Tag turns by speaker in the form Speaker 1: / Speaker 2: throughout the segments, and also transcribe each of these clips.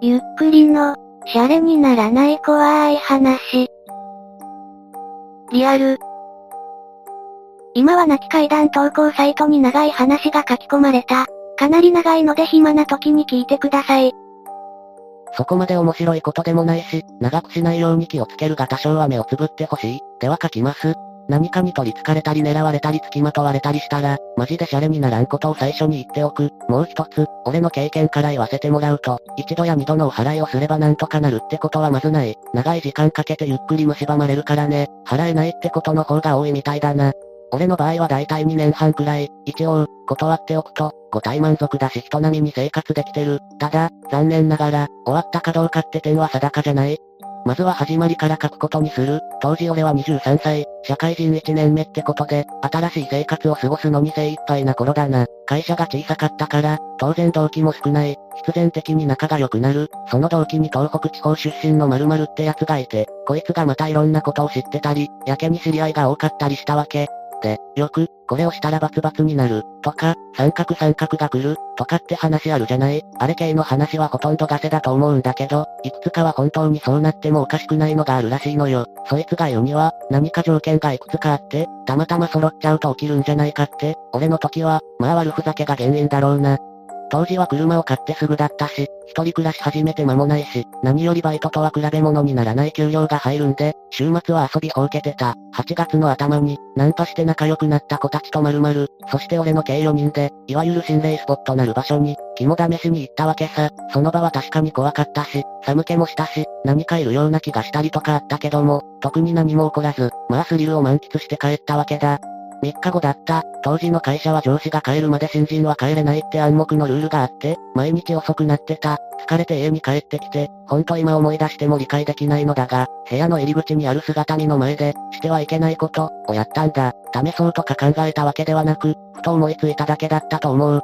Speaker 1: ゆっくりの、シャレにならない怖い話。リアル。今は亡き怪談投稿サイトに長い話が書き込まれた。かなり長いので暇な時に聞いてください。
Speaker 2: そこまで面白いことでもないし、長くしないように気をつけるが多少は目をつぶってほしい。では書きます。何かに取り憑かれたり狙われたり付きまとわれたりしたら、マジでシャレにならんことを最初に言っておく。もう一つ、俺の経験から言わせてもらうと、一度や二度のお祓いをすればなんとかなるってことはまずない。長い時間かけてゆっくり蝕まれるからね。払えないってことの方が多いみたいだな。俺の場合はだいたい2年半くらい、一応、断っておくと、5体満足だし人並みに生活できてる。ただ、残念ながら、終わったかどうかって点は定かじゃない。まずは始まりから書くことにする。当時俺は23歳、社会人1年目ってことで、新しい生活を過ごすのに精一杯な頃だな。会社が小さかったから、当然同期も少ない。必然的に仲が良くなる。その同期に東北地方出身の〇〇ってやつがいて、こいつがまたいろんなことを知ってたり、やけに知り合いが多かったりしたわけ。で、よく、これをしたらバツバツになる、とか、三角が来る、とかって話あるじゃない。あれ系の話はほとんどガセだと思うんだけど、いくつかは本当にそうなってもおかしくないのがあるらしいのよ。そいつが言うには、何か条件がいくつかあって、たまたま揃っちゃうと起きるんじゃないかって、俺の時は、まあ悪ふざけが原因だろうな。当時は車を買ってすぐだったし、一人暮らし始めて間もないし、何よりバイトとは比べ物にならない給料が入るんで、週末は遊びほうけてた。8月の頭に、ナンパして仲良くなった子たちと〇〇、そして俺の計4人で、いわゆる心霊スポットなる場所に、肝試しに行ったわけさ。その場は確かに怖かったし、寒気もしたし、何かいるような気がしたりとかあったけども、特に何も起こらず、まあスリルを満喫して帰ったわけだ。3日後だった。当時の会社は上司が帰るまで新人は帰れないって暗黙のルールがあって、毎日遅くなってた。疲れて家に帰ってきて、ほんと今思い出しても理解できないのだが、部屋の入り口にある姿見の前で、してはいけないことをやったんだ。試そうとか考えたわけではなく、ふと思いついただけだったと思う。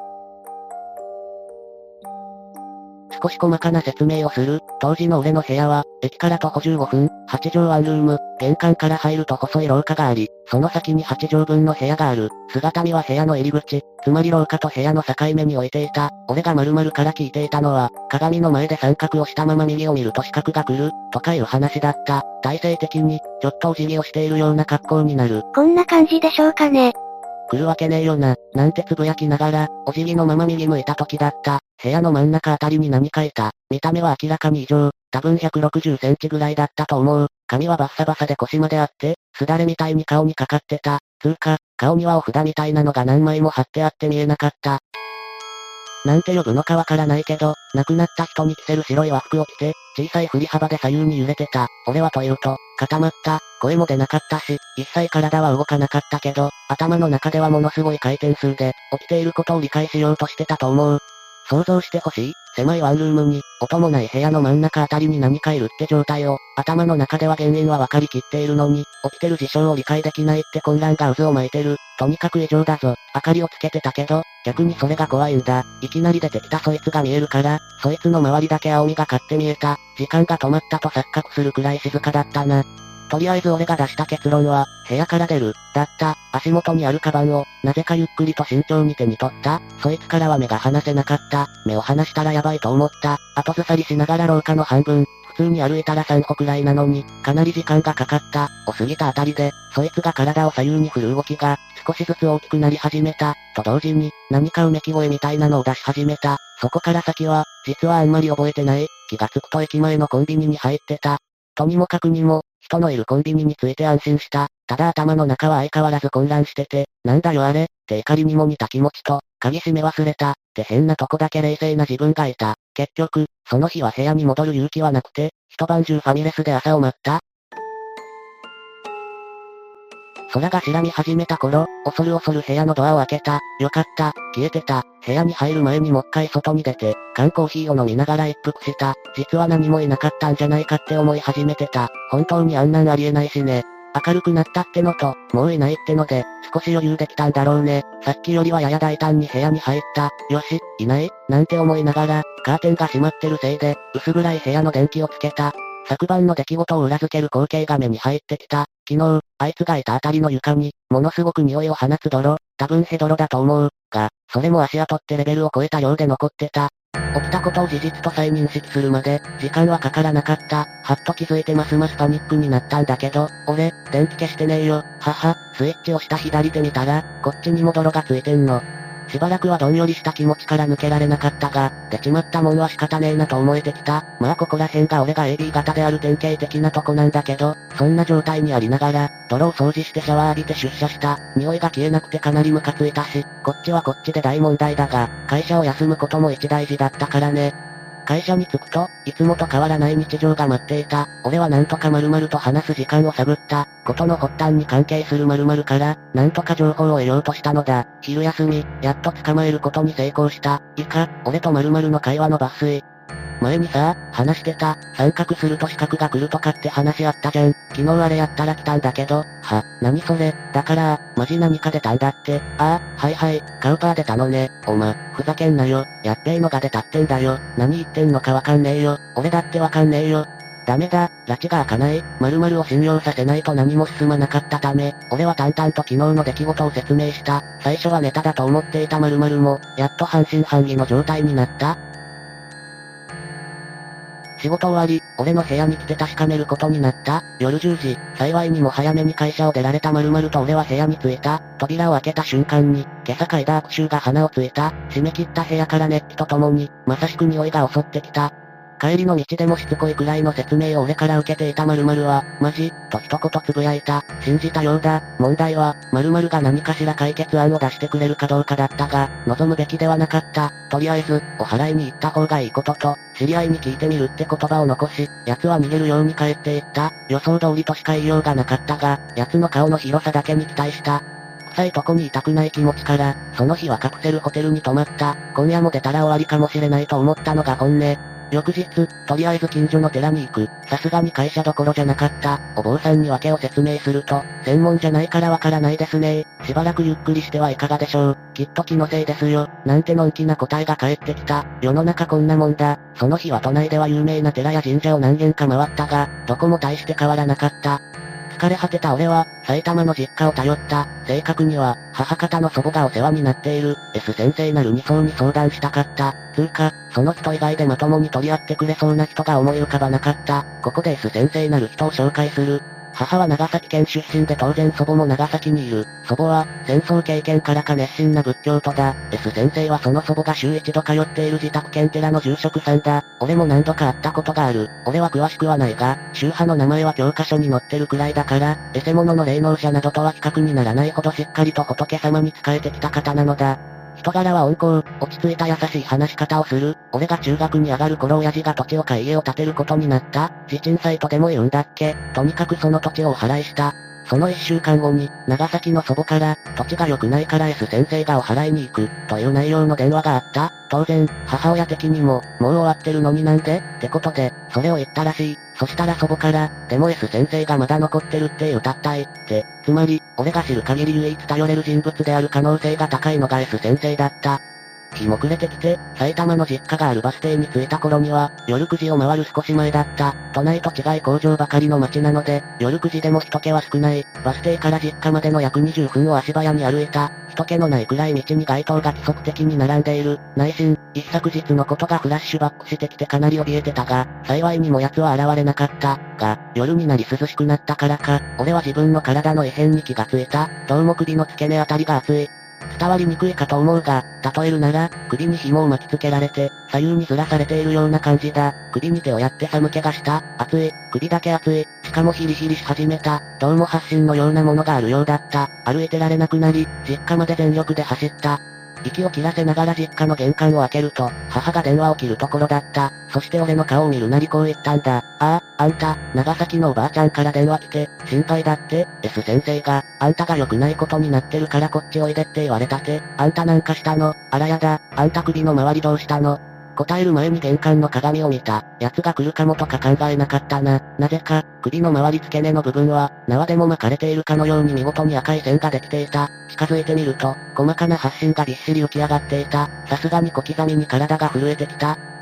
Speaker 2: 少し細かな説明をする。当時の俺の部屋は、駅から徒歩15分、8畳ワンルーム、玄関から入ると細い廊下があり、その先に8畳分の部屋がある。姿見は部屋の入り口、つまり廊下と部屋の境目に置いていた。俺が〇〇から聞いていたのは、鏡の前で三角をしたまま右を見ると四角が来る、とかいう話だった。体勢的に、ちょっとお辞儀をしているような格好になる。
Speaker 1: こんな感じでしょうかね。
Speaker 2: 来るわけねえよな、なんてつぶやきながら、お辞儀のまま右向いた時だった。部屋の真ん中あたりに何かいた。見た目は明らかに異常。多分160センチぐらいだったと思う。髪はバッサバサで腰まであって、すだれみたいに顔にかかってた。つうか、顔にはお札みたいなのが何枚も貼ってあって見えなかった。なんて呼ぶのかわからないけど、亡くなった人に着せる白い和服を着て、小さい振り幅で左右に揺れてた。俺はというと、固まった。声も出なかったし、一切体は動かなかったけど、頭の中ではものすごい回転数で、起きていることを理解しようとしてたと思う。想像してほしい。狭いワンルームに、音もない部屋の真ん中あたりに何かいるって状態を、頭の中では原因は分かりきっているのに、起きてる事象を理解できないって混乱が渦を巻いてる。とにかく異常だぞ。明かりをつけてたけど、逆にそれが怖いんだ。いきなり出てきたそいつが見えるから、そいつの周りだけ青みがかって見えた。時間が止まったと錯覚するくらい静かだったな。とりあえず俺が出した結論は、部屋から出る、だった。足元にあるカバンを、なぜかゆっくりと慎重に手に取った。そいつからは目が離せなかった。目を離したらやばいと思った。後ずさりしながら廊下の半分、普通に歩いたら3歩くらいなのに、かなり時間がかかった。を過ぎたあたりで、そいつが体を左右に振る動きが、少しずつ大きくなり始めた。と同時に、何かうめき声みたいなのを出し始めた。そこから先は、実はあんまり覚えてない。気がつくと駅前のコンビニに入ってた。とにもかくにも、人のいるコンビニについて安心した。ただ頭の中は相変わらず混乱してて、なんだよあれ、って怒りにも似た気持ちと、鍵閉め忘れた、って変なとこだけ冷静な自分がいた。結局、その日は部屋に戻る勇気はなくて、一晩中ファミレスで朝を待った。空が白み始めた頃、恐る恐る部屋のドアを開けた。よかった、消えてた。部屋に入る前にもっかい外に出て、缶コーヒーを飲みながら一服した。実は何もいなかったんじゃないかって思い始めてた。本当にあんなんありえないしね。明るくなったってのと、もういないってので、少し余裕できたんだろうね。さっきよりはやや大胆に部屋に入った。よし、いないなんて思いながら、カーテンが閉まってるせいで、薄暗い部屋の電気をつけた。昨晩の出来事を裏付ける光景が目に入ってきた。昨日、あいつがいたあたりの床に、ものすごく匂いを放つ泥、多分ヘドロだと思う。 が、それも足跡ってレベルを超えた量で残ってた。起きたことを事実と再認識するまで、時間はかからなかった。はっと気づいてますますパニックになったんだけど、俺、電気消してねえよ。スイッチ押した左手見たら、こっちにも泥がついてんの。しばらくはどんよりした気持ちから抜けられなかったが、出ちまったもんは仕方ねえなと思えてきた。まあここら辺が俺が AB 型である典型的なとこなんだけど、そんな状態にありながら、泥を掃除してシャワー浴びて出社した。匂いが消えなくてかなりムカついたし、こっちはこっちで大問題だが、会社を休むことも一大事だったからね。会社に着くと、いつもと変わらない日常が待っていた。俺はなんとか〇〇と話す時間を探った。ことの発端に関係する〇〇から、なんとか情報を得ようとしたのだ。昼休み、やっと捕まえることに成功した。俺と〇〇の会話の抜粋。前にさ、話してた、三角すると四角が来るとかって話あったじゃん。昨日あれやったら来たんだけど、何それ、だからマジ何か出たんだって。はいはい、カウパー出たのね。ふざけんなよ。やっべえのが出たってんだよ。何言ってんのかわかんねえよ。俺だってわかんねえよ。ダメだ、拉致が開かない、〇〇を信用させないと何も進まなかったため、俺は淡々と昨日の出来事を説明した。最初はネタだと思っていた〇〇も、やっと半信半疑の状態になった。仕事終わり、俺の部屋に来て確かめることになった。夜10時、幸いにも早めに会社を出られた〇〇と俺は部屋に着いた。扉を開けた瞬間に、今朝嗅いだ悪臭が鼻をついた。閉め切った部屋から熱気とともに、まさしく匂いが襲ってきた。帰りの道でもしつこいくらいの説明を俺から受けていた〇〇は、マジと一言つぶやいた。信じたようだ。問題は、〇〇が何かしら解決案を出してくれるかどうかだったが、望むべきではなかった。とりあえず、お祓いに行った方がいいことと、知り合いに聞いてみるって言葉を残し、奴は逃げるように帰っていった。予想通りとしか言いようがなかったが、奴の顔の広さだけに期待した。臭いとこにいたくない気持ちから、その日はカプセルホテルに泊まった。今夜も出たら終わりかもしれないと思ったのが本音。翌日、とりあえず近所の寺に行く。さすがに会社どころじゃなかった。お坊さんに訳を説明すると、専門じゃないからわからないですね。しばらくゆっくりしてはいかがでしょう。きっと気のせいですよ。なんてのんきな答えが返ってきた。世の中こんなもんだ。その日は都内では有名な寺や神社を何軒か回ったが、どこも大して変わらなかった。疲れ果てた俺は、埼玉の実家を頼った。正確には、母方の祖母がお世話になっている、S 先生なる2層に相談したかった。その人以外でまともに取り合ってくれそうな人が思い浮かばなかった。ここで S 先生なる人を紹介する。母は長崎県出身で当然祖母も長崎にいる。祖母は、戦争経験からか熱心な仏教徒だ。S 先生はその祖母が週一度通っている自宅兼寺の住職さんだ。俺も何度か会ったことがある。俺は詳しくはないが、宗派の名前は教科書に載ってるくらいだから、エセモノの霊能者などとは比較にならないほどしっかりと仏様に仕えてきた方なのだ。人柄は温厚、落ち着いた優しい話し方をする。俺が中学に上がる頃親父が土地を買い家を建てることになった。地鎮祭とでも言うんだっけ。とにかくその土地をお払いした。その1週間後に、長崎の祖母から、土地が良くないから S 先生がお払いに行く、という内容の電話があった。当然、母親的にも、もう終わってるのになんでってことで、それを言ったらしい。そしたら祖母から、でも S 先生がまだ残ってるって歌ったい、って、つまり、俺が知る限り唯一頼れる人物である可能性が高いのが S 先生だった。日も暮れてきて、埼玉の実家があるバス停に着いた頃には、夜9時を回る少し前だった。都内と違い工場ばかりの街なので、夜9時でも人気は少ない。バス停から実家までの約20分を足早に歩いた。人気のないくらい道に街灯が規則的に並んでいる。内心、一昨日のことがフラッシュバックしてきてかなり怯えてたが、幸いにも奴は現れなかった。が、夜になり涼しくなったからか、俺は自分の体の異変に気がついた。どうも首の付け根あたりが熱い。伝わりにくいかと思うが、例えるなら、首に紐を巻きつけられて、左右にずらされているような感じだ。首に手をやって寒気がした。熱い。首だけ熱い。しかもヒリヒリし始めた。どうも発疹のようなものがあるようだった。歩いてられなくなり、実家まで全力で走った。息を切らせながら実家の玄関を開けると、母が電話を切るところだった。そして俺の顔を見るなりこう言ったんだ。あんた、長崎のおばあちゃんから電話来て、心配だって、S 先生が、あんたが良くないことになってるからこっちおいでって言われたて、あんたなんかしたの、あらやだ、あんた首の周りどうしたの。答える前に玄関の鏡を見た。奴が来るかもとか考えなかったな。なぜか、首の周り付け根の部分は、縄でも巻かれているかのように見事に赤い線ができていた。近づいてみると、細かな発疹がびっしり浮き上がっていた。さすがに小刻みに体が震えてきた。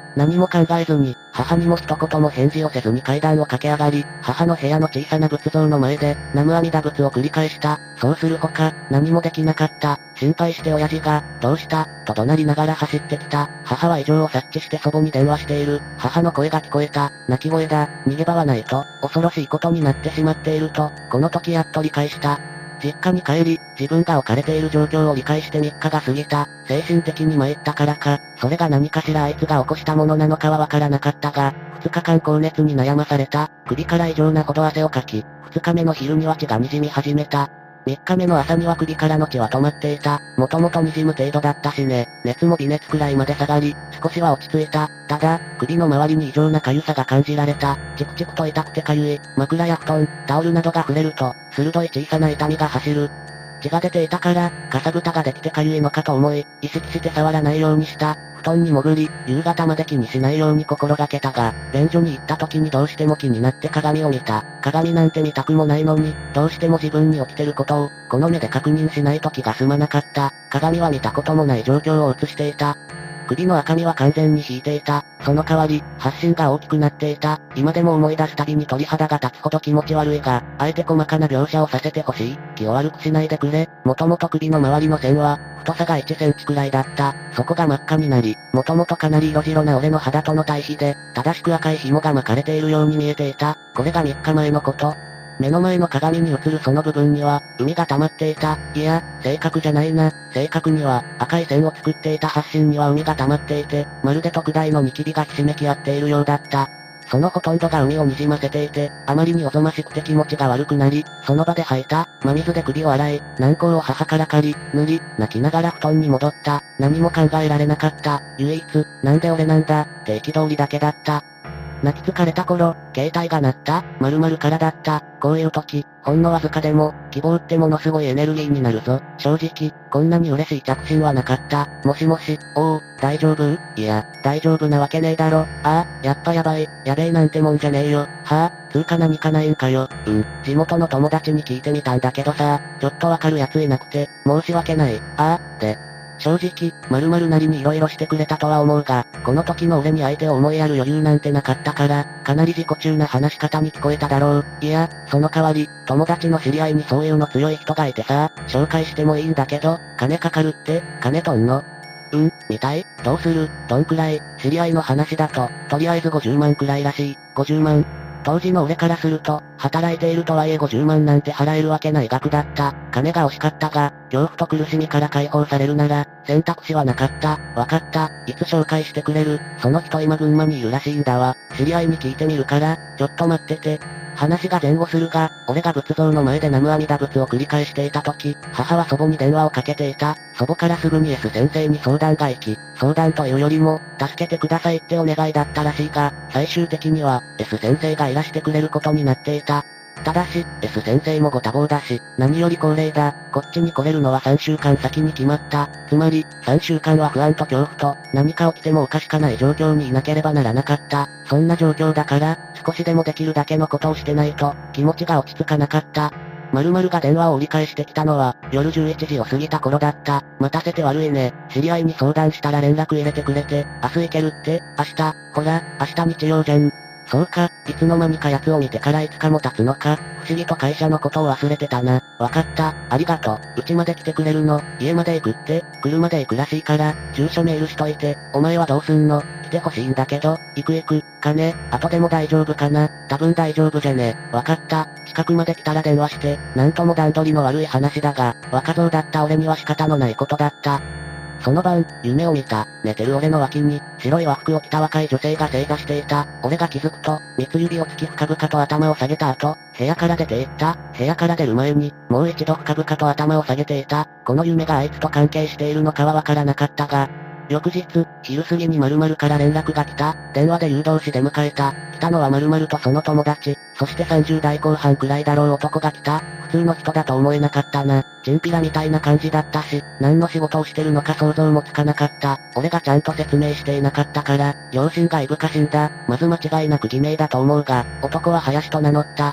Speaker 2: 何も考えずに、母にも一言も返事をせずに階段を駆け上がり、母の部屋の小さな仏像の前で、南無阿弥陀仏を繰り返した。そうするほか、何もできなかった。心配して親父が、どうしたと怒鳴りながら走ってきた。母は異常を察知して祖母に電話している。母の声が聞こえた。泣き声だ。逃げ場はないと、恐ろしいことになってしまっていると、この時やっと理解した。実家に帰り、自分が置かれている状況を理解して3日が過ぎた。精神的に参ったからか、それが何かしらあいつが起こしたものなのかはわからなかったが、2日間高熱に悩まされた。首から異常なほど汗をかき、2日目の昼には血が滲み始めた。3日目の朝には首からの血は止まっていた。もともと滲む程度だったしね。熱も微熱くらいまで下がり、少しは落ち着いた。ただ、首の周りに異常な痒さが感じられた。チクチクと痛くて痒い。枕や布団、タオルなどが触れると、鋭い小さな痛みが走る。血が出ていたから、かさぶたができて痒いのかと思い、意識して触らないようにした。布団に潜り、夕方まで気にしないように心がけたが、便所に行った時にどうしても気になって鏡を見た。鏡なんて見たくもないのに、どうしても自分に起きてることを、この目で確認しないと気が済まなかった。鏡は見たこともない状況を映していた。首の赤みは完全に引いていた。その代わり、発疹が大きくなっていた。今でも思い出すたびに鳥肌が立つほど気持ち悪いが、あえて細かな描写をさせてほしい。気を悪くしないでくれ。もともと首の周りの線は、太さが1センチくらいだった。そこが真っ赤になり、もともとかなり色白な俺の肌との対比で、正しく赤い紐が巻かれているように見えていた。これが3日前のこと。目の前の鏡に映るその部分には、海が溜まっていた。いや、正確じゃないな。正確には、赤い線を作っていた発疹には海が溜まっていて、まるで特大のニキビがひしめき合っているようだった。そのほとんどが海を滲ませていて、あまりにおぞましくて気持ちが悪くなり、その場で吐いた。真水で首を洗い、軟膏を母から借り、塗り、泣きながら布団に戻った。何も考えられなかった。唯一、なんで俺なんだ、って憤りだけだった。泣き疲れた頃、携帯が鳴った、〇〇からだった。こういう時、ほんのわずかでも、希望ってものすごいエネルギーになるぞ。正直、こんなに嬉しい着信はなかった。もしもし、おう、大丈夫？いや、大丈夫なわけねえだろ。ああ、やっぱやばい、やべえなんてもんじゃねえよ。はあ、つうか何かないんかよ。地元の友達に聞いてみたんだけどさ、ちょっとわかるやついなくて、申し訳ない。ああ、で、正直、〇〇なりに色々してくれたとは思うが、この時の俺に相手を思いやる余裕なんてなかったから、かなり自己中な話し方に聞こえただろう。いや、その代わり、友達の知り合いにそういうの強い人がいてさ、紹介してもいいんだけど、金かかるって、金とんの？みたい？どうする？どんくらい？知り合いの話だと、とりあえず50万くらいらしい。50万？当時の俺からすると、働いているとはいえ50万なんて払えるわけない額だった。金が惜しかったが、恐怖と苦しみから解放されるなら、選択肢はなかった。わかった。いつ紹介してくれる？その人今群馬にいるらしいんだわ。知り合いに聞いてみるから、ちょっと待ってて。話が前後するが、俺が仏像の前で南無阿弥陀仏を繰り返していた時、母は祖母に電話をかけていた。祖母からすぐに S 先生に相談が行き、相談というよりも、助けてくださいってお願いだったらしいが、最終的には、S 先生がいらしてくれることになっていた。ただし、S 先生もご多忙だし、何より高齢だ。こっちに来れるのは3週間先に決まった。つまり、3週間は不安と恐怖と、何か起きてもおかしかない状況にいなければならなかった。そんな状況だから、少しでもできるだけのことをしてないと、気持ちが落ち着かなかった。〇〇が電話を折り返してきたのは、夜11時を過ぎた頃だった。待たせて悪いね。知り合いに相談したら連絡入れてくれて、明日行けるって、明日、ほら、明日日曜じゃん。そうか、いつの間にか奴を見てから5日も経つのか、不思議と会社のことを忘れてたな。わかった、ありがとう。家まで来てくれるの？家まで行くって、車で行くらしいから、住所メールしといて、お前はどうすんの？来てほしいんだけど、行く、金、後でも大丈夫かな？多分大丈夫じゃね。わかった、近くまで来たら電話して、なんとも段取りの悪い話だが、若造だった俺には仕方のないことだった。その晩、夢を見た。寝てる俺の脇に、白い和服を着た若い女性が正座していた。俺が気づくと、三つ指をつき深々と頭を下げた後、部屋から出て行った。部屋から出る前に、もう一度深々と頭を下げていた。この夢があいつと関係しているのかはわからなかったが、翌日、昼過ぎに〇〇から連絡が来た。電話で誘導し出迎えた。来たのは〇〇とその友達。そして30代後半くらいだろう男が来た。普通の人だと思えなかったな。チンピラみたいな感じだったし、何の仕事をしてるのか想像もつかなかった。俺がちゃんと説明していなかったから、両親がいぶかしんだ。まず間違いなく偽名だと思うが、男は林と名乗った。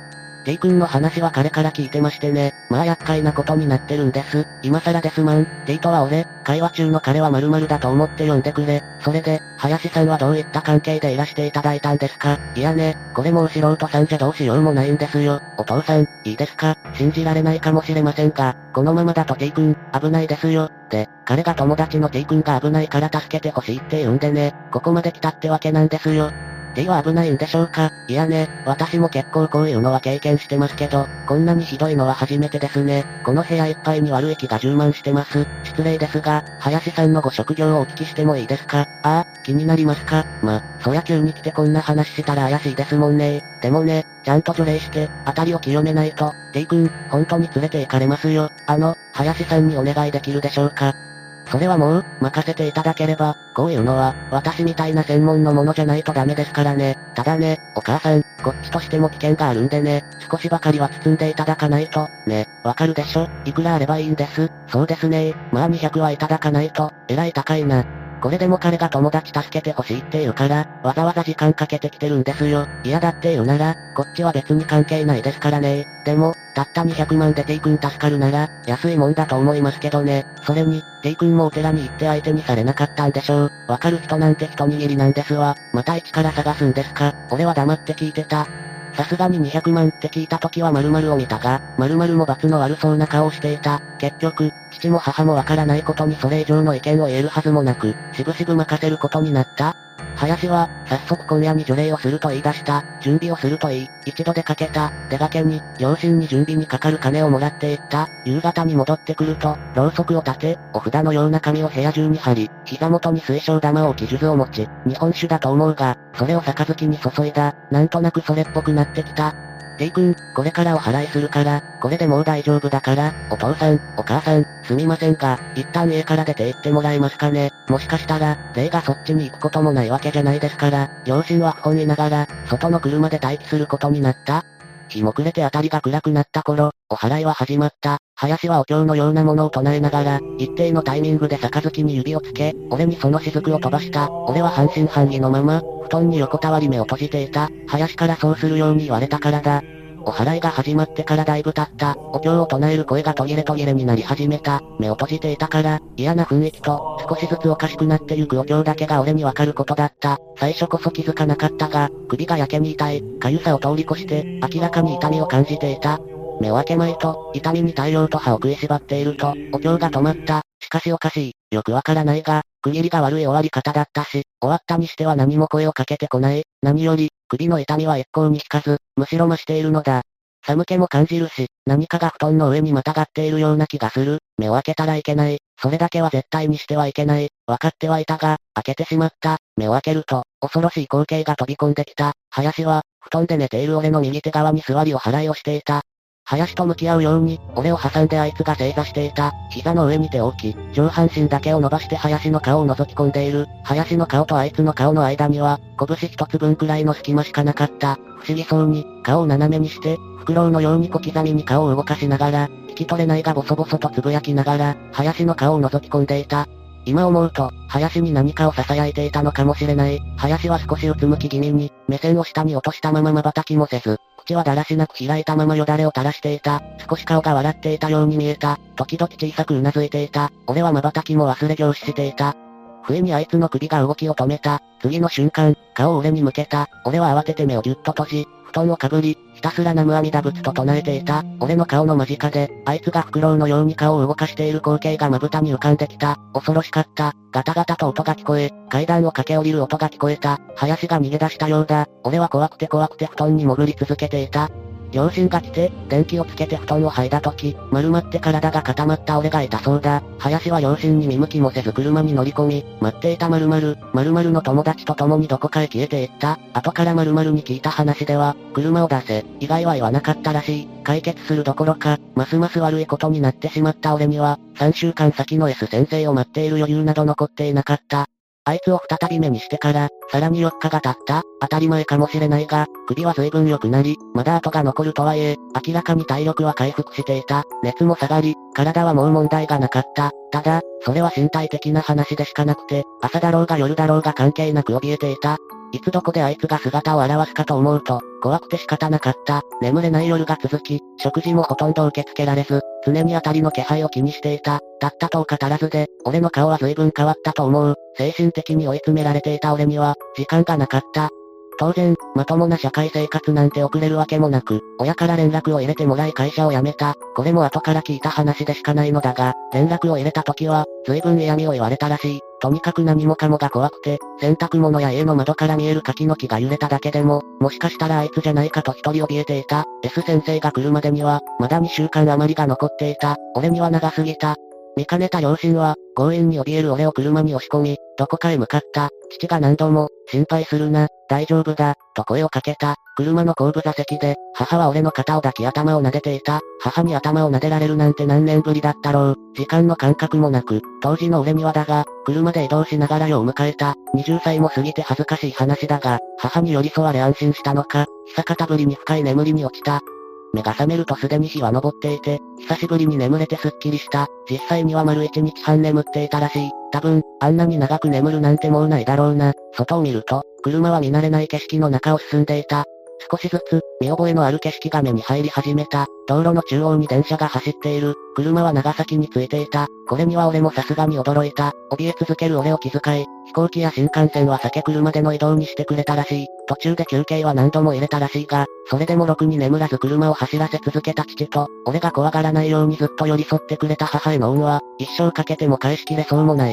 Speaker 2: T 君の話は彼から聞いてましてね。まあ厄介なことになってるんです。今更ですまん。T とは俺、会話中の彼は〇〇だと思って呼んでくれ。それで、林さんはどういった関係でいらしていただいたんですか？いやね、これもう素人さんじゃどうしようもないんですよ。お父さん、いいですか？信じられないかもしれませんが、このままだと T 君、危ないですよ。で、彼が友達の T 君が危ないから助けてほしいって言うんでね、ここまで来たってわけなんですよ。T は危ないんでしょうか？いやね、私も結構こういうのは経験してますけど、こんなにひどいのは初めてですね。この部屋いっぱいに悪い気が充満してます。失礼ですが、林さんのご職業をお聞きしてもいいですか？ああ、気になりますか？そりゃ急に来てこんな話したら怪しいですもんね。でもね、ちゃんと除霊して、あたりを清めないと、T 君、本当に連れて行かれますよ。林さんにお願いできるでしょうか？それはもう、任せていただければ、こういうのは、私みたいな専門のものじゃないとダメですからね。ただね、お母さん、こっちとしても危険があるんでね、少しばかりは包んでいただかないと、ね、わかるでしょ？いくらあればいいんです。そうですね。まあ200はいただかないと、えらい高いな。これでも彼が友達助けてほしいって言うから、わざわざ時間かけてきてるんですよ。嫌だって言うなら、こっちは別に関係ないですからね。でも、たった200万で T 君助かるなら、安いもんだと思いますけどね。それに、T 君もお寺に行って相手にされなかったんでしょう。わかる人なんて一握りなんですわ。また一から探すんですか？俺は黙って聞いてた。さすがに200万って聞いた時は〇〇を見たが、〇〇も罰の悪そうな顔をしていた。結局、父も母もわからないことにそれ以上の意見を言えるはずもなく、しぶしぶ任せることになった。林は、早速今夜に除霊をすると言い出した。準備をするといい。一度出かけた。出がけに、両親に準備にかかる金をもらっていった。夕方に戻ってくると、ろうそくを立て、お札のような紙を部屋中に貼り、膝元に水晶玉を置き数珠を持ち、日本酒だと思うが、それを杯に注いだ。なんとなくそれっぽくなってきた。T 君、これからお払いするから、これでもう大丈夫だから、お父さん、お母さん、すみませんが、一旦家から出て行ってもらえますかね。もしかしたら、霊がそっちに行くこともないわけじゃないですから、両親は不本意ながら、外の車で待機することになった。日も暮れて辺りが暗くなった頃、お払いは始まった。林はお経のようなものを唱えながら、一定のタイミングで杯に指をつけ、俺にその雫を飛ばした。俺は半信半疑のまま、布団に横たわり目を閉じていた。林からそうするように言われたからだ。お祓いが始まってからだいぶ経った。お経を唱える声が途切れ途切れになり始めた。目を閉じていたから、嫌な雰囲気と、少しずつおかしくなってゆくお経だけが俺にわかることだった。最初こそ気づかなかったが、首がやけに痛い、痒さを通り越して、明らかに痛みを感じていた。目を開けまいと、痛みに耐えようと歯を食いしばっていると、お経が止まった。しかしおかしい。よくわからないが、区切りが悪い終わり方だったし、終わったにしては何も声をかけてこない。何より、首の痛みは一向に引かず、むしろ増しているのだ。寒気も感じるし、何かが布団の上にまたがっているような気がする。目を開けたらいけない。それだけは絶対にしてはいけない。分かってはいたが、開けてしまった。目を開けると、恐ろしい光景が飛び込んできた。林は、布団で寝ている俺の右手側に座りお祓いをしていた。林と向き合うように、俺を挟んであいつが正座していた。膝の上に手を置き、上半身だけを伸ばして林の顔を覗き込んでいる。林の顔とあいつの顔の間には、拳一つ分くらいの隙間しかなかった。不思議そうに、顔を斜めにして、フクロウのように小刻みに顔を動かしながら、聞き取れないがボソボソとつぶやきながら、林の顔を覗き込んでいた。今思うと、林に何かを囁いていたのかもしれない。林は少しうつむき気味に、目線を下に落としたまま瞬きもせず、口はだらしなく開いたままよだれを垂らしていた。少し顔が笑っていたように見えた。時々小さく頷いていた。俺は瞬きも忘れ凝視していた。不意にあいつの首が動きを止めた。次の瞬間、顔を俺に向けた。俺は慌てて目をぎゅっと閉じ、布団をかぶり、ひたすら南無阿弥陀仏と唱えていた。俺の顔の間近で、あいつがフクロウのように顔を動かしている光景がまぶたに浮かんできた。恐ろしかった。ガタガタと音が聞こえ、階段を駆け下りる音が聞こえた。林が逃げ出したようだ。俺は怖くて怖くて布団に潜り続けていた。両親が来て、電気をつけて布団を剥いだ時、丸まって体が固まった俺が痛そうだ。林は両親に見向きもせず車に乗り込み、待っていた〇〇の友達と共にどこかへ消えていった。後から〇〇に聞いた話では、車を出せ、以外は言わなかったらしい。解決するどころか、ますます悪いことになってしまった俺には、3週間先の S 先生を待っている余裕など残っていなかった。あいつを再び目にしてから、さらに4日が経った。当たり前かもしれないが、首は随分良くなり、まだ跡が残るとはいえ、明らかに体力は回復していた。熱も下がり、体はもう問題がなかった。ただ、それは身体的な話でしかなくて、朝だろうが夜だろうが関係なく怯えていた。 いつどこであいつが姿を現すかと思うと、怖くて仕方なかった。眠れない夜が続き、食事もほとんど受け付けられず、常にあたりの気配を気にしていた。たった10日足らずで、俺の顔は随分変わったと思う。精神的に追い詰められていた俺には、時間がなかった。当然、まともな社会生活なんて送れるわけもなく、親から連絡を入れてもらい会社を辞めた。これも後から聞いた話でしかないのだが、連絡を入れた時は、随分嫌味を言われたらしい。とにかく何もかもが怖くて、洗濯物や家の窓から見える柿の木が揺れただけでも、もしかしたらあいつじゃないかと一人怯えていた。S 先生が来るまでには、まだ2週間余りが残っていた。俺には長すぎた。見かねた両親は、強引に怯える俺を車に押し込み、どこかへ向かった。父が何度も、心配するな、大丈夫だ、と声をかけた。車の後部座席で、母は俺の肩を抱き頭を撫でていた。母に頭を撫でられるなんて何年ぶりだったろう。時間の感覚もなく、当時の俺にはだが、車で移動しながら夜を迎えた。20歳も過ぎて恥ずかしい話だが、母に寄り添われ安心したのか、久方ぶりに深い眠りに落ちた。目が覚めるとすでに日は昇っていて、久しぶりに眠れてすっきりした。実際には丸1日半眠っていたらしい。多分、あんなに長く眠るなんてもうないだろうな。外を見ると、車は見慣れない景色の中を進んでいた。少しずつ、見覚えのある景色が目に入り始めた。道路の中央に電車が走っている。車は長崎に着いていた。これには俺もさすがに驚いた。怯え続ける俺を気遣い、飛行機や新幹線は避け車での移動にしてくれたらしい。途中で休憩は何度も入れたらしいが、それでもろくに眠らず車を走らせ続けた父と、俺が怖がらないようにずっと寄り添ってくれた母への恩は、一生かけても返しきれそうもない。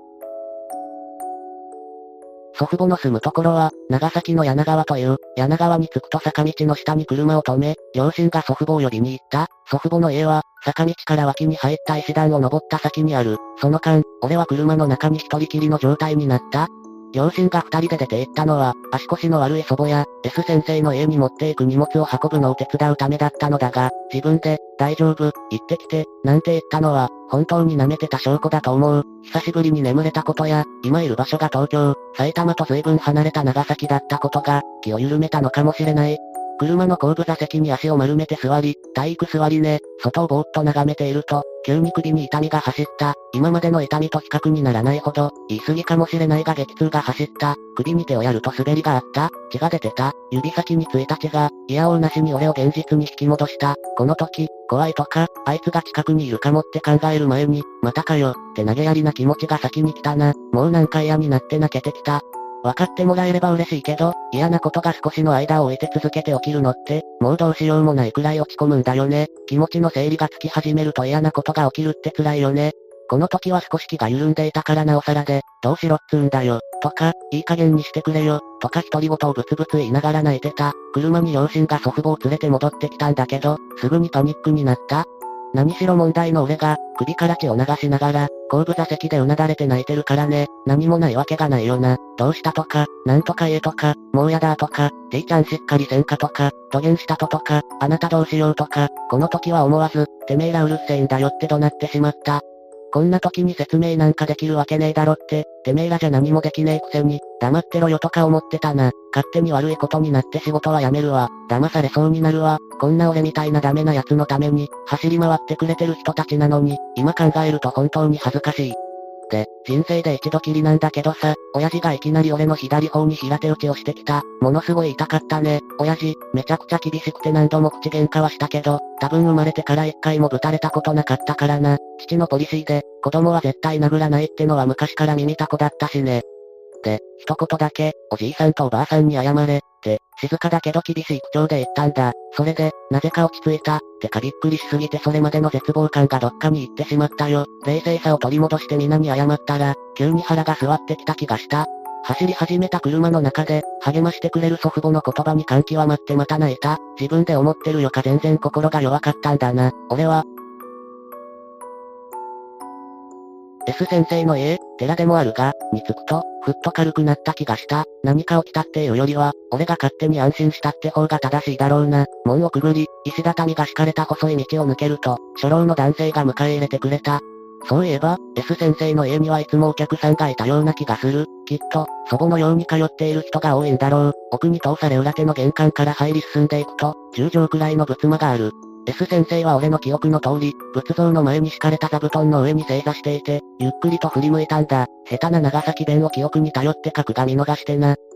Speaker 2: 祖父母の住むところは、長崎の柳川という、柳川に着くと坂道の下に車を止め、両親が祖父母を呼びに行った。祖父母の家は、坂道から脇に入った石段を登った先にある。その間、俺は車の中に一人きりの状態になった。両親が二人で出て行ったのは、足腰の悪い祖母や、S 先生の家に持っていく荷物を運ぶのを手伝うためだったのだが、自分で、大丈夫、行ってきて、なんて言ったのは、本当に舐めてた証拠だと思う。久しぶりに眠れたことや、今いる場所が東京、埼玉と随分離れた長崎だったことが、気を緩めたのかもしれない。車の後部座席に足を丸めて座り、体育座りね、外をぼーっと眺めていると、急に首に痛みが走った。今までの痛みと比較にならないほど、言い過ぎかもしれないが激痛が走った。首に手をやると滑りがあった。血が出てた。指先についた血が、いやおうなしに俺を現実に引き戻した。この時、怖いとか、あいつが近くにいるかもって考える前に、またかよ、って投げやりな気持ちが先に来たな。もう何回嫌になって泣けてきた。分かってもらえれば嬉しいけど、嫌なことが少しの間を置いて続けて起きるのって、もうどうしようもないくらい落ち込むんだよね。気持ちの整理がつき始めると嫌なことが起きるって辛いよね。この時は少し気が緩んでいたからなおさらで、どうしろっつうんだよ、とか、いい加減にしてくれよ、とか独り言をブツブツ言いながら泣いてた。車に両親が祖父母を連れて戻ってきたんだけど、すぐにパニックになった。何しろ問題の俺が、首から血を流しながら、後部座席でうなだれて泣いてるからね。何もないわけがないよな。どうしたとか、なんとか言えとか、もうやだとか、T ちゃんしっかりせんかとか、土下したとか、あなたどうしようとか、この時は思わず、てめえらうるせえんだよって怒鳴ってしまった。こんな時に説明なんかできるわけねえだろって、てめえらじゃ何もできねえくせに、黙ってろよとか思ってたな。勝手に悪いことになって仕事は辞めるわ。騙されそうになるわ。こんな俺みたいなダメな奴のために、走り回ってくれてる人たちなのに、今考えると本当に恥ずかしい。で、人生で一度きりなんだけどさ、親父がいきなり俺の左方に平手打ちをしてきた。ものすごい痛かったね。親父、めちゃくちゃ厳しくて何度も口喧嘩はしたけど、多分生まれてから一回もぶたれたことなかったからな。父のポリシーで、子供は絶対殴らないってのは昔から耳たこだったしね。で、一言だけ、おじいさんとおばあさんに謝れ、って、静かだけど厳しい口調で言ったんだ。それで、なぜか落ち着いた。てかびっくりしすぎてそれまでの絶望感がどっかに行ってしまったよ。冷静さを取り戻して皆に謝ったら、急に腹が据わってきた気がした。走り始めた車の中で、励ましてくれる祖父母の言葉に感極まってまた泣いた。自分で思ってるよか全然心が弱かったんだな。俺は、S 先生の家、寺でもあるが、に着くと、ふっと軽くなった気がした。何か起きたっていうよりは、俺が勝手に安心したって方が正しいだろうな。門をくぐり、石畳が敷かれた細い道を抜けると、初老の男性が迎え入れてくれた。そういえば、S 先生の家にはいつもお客さんがいたような気がする。きっと、祖母のように通っている人が多いんだろう。奥に通され裏手の玄関から入り進んでいくと、10畳くらいの仏間がある。S 先生は俺の記憶の通り、仏像の前に敷かれた座布団の上に正座していて、ゆっくりと振り向いたんだ。下手な長崎弁を記憶に頼って書くが見逃してな。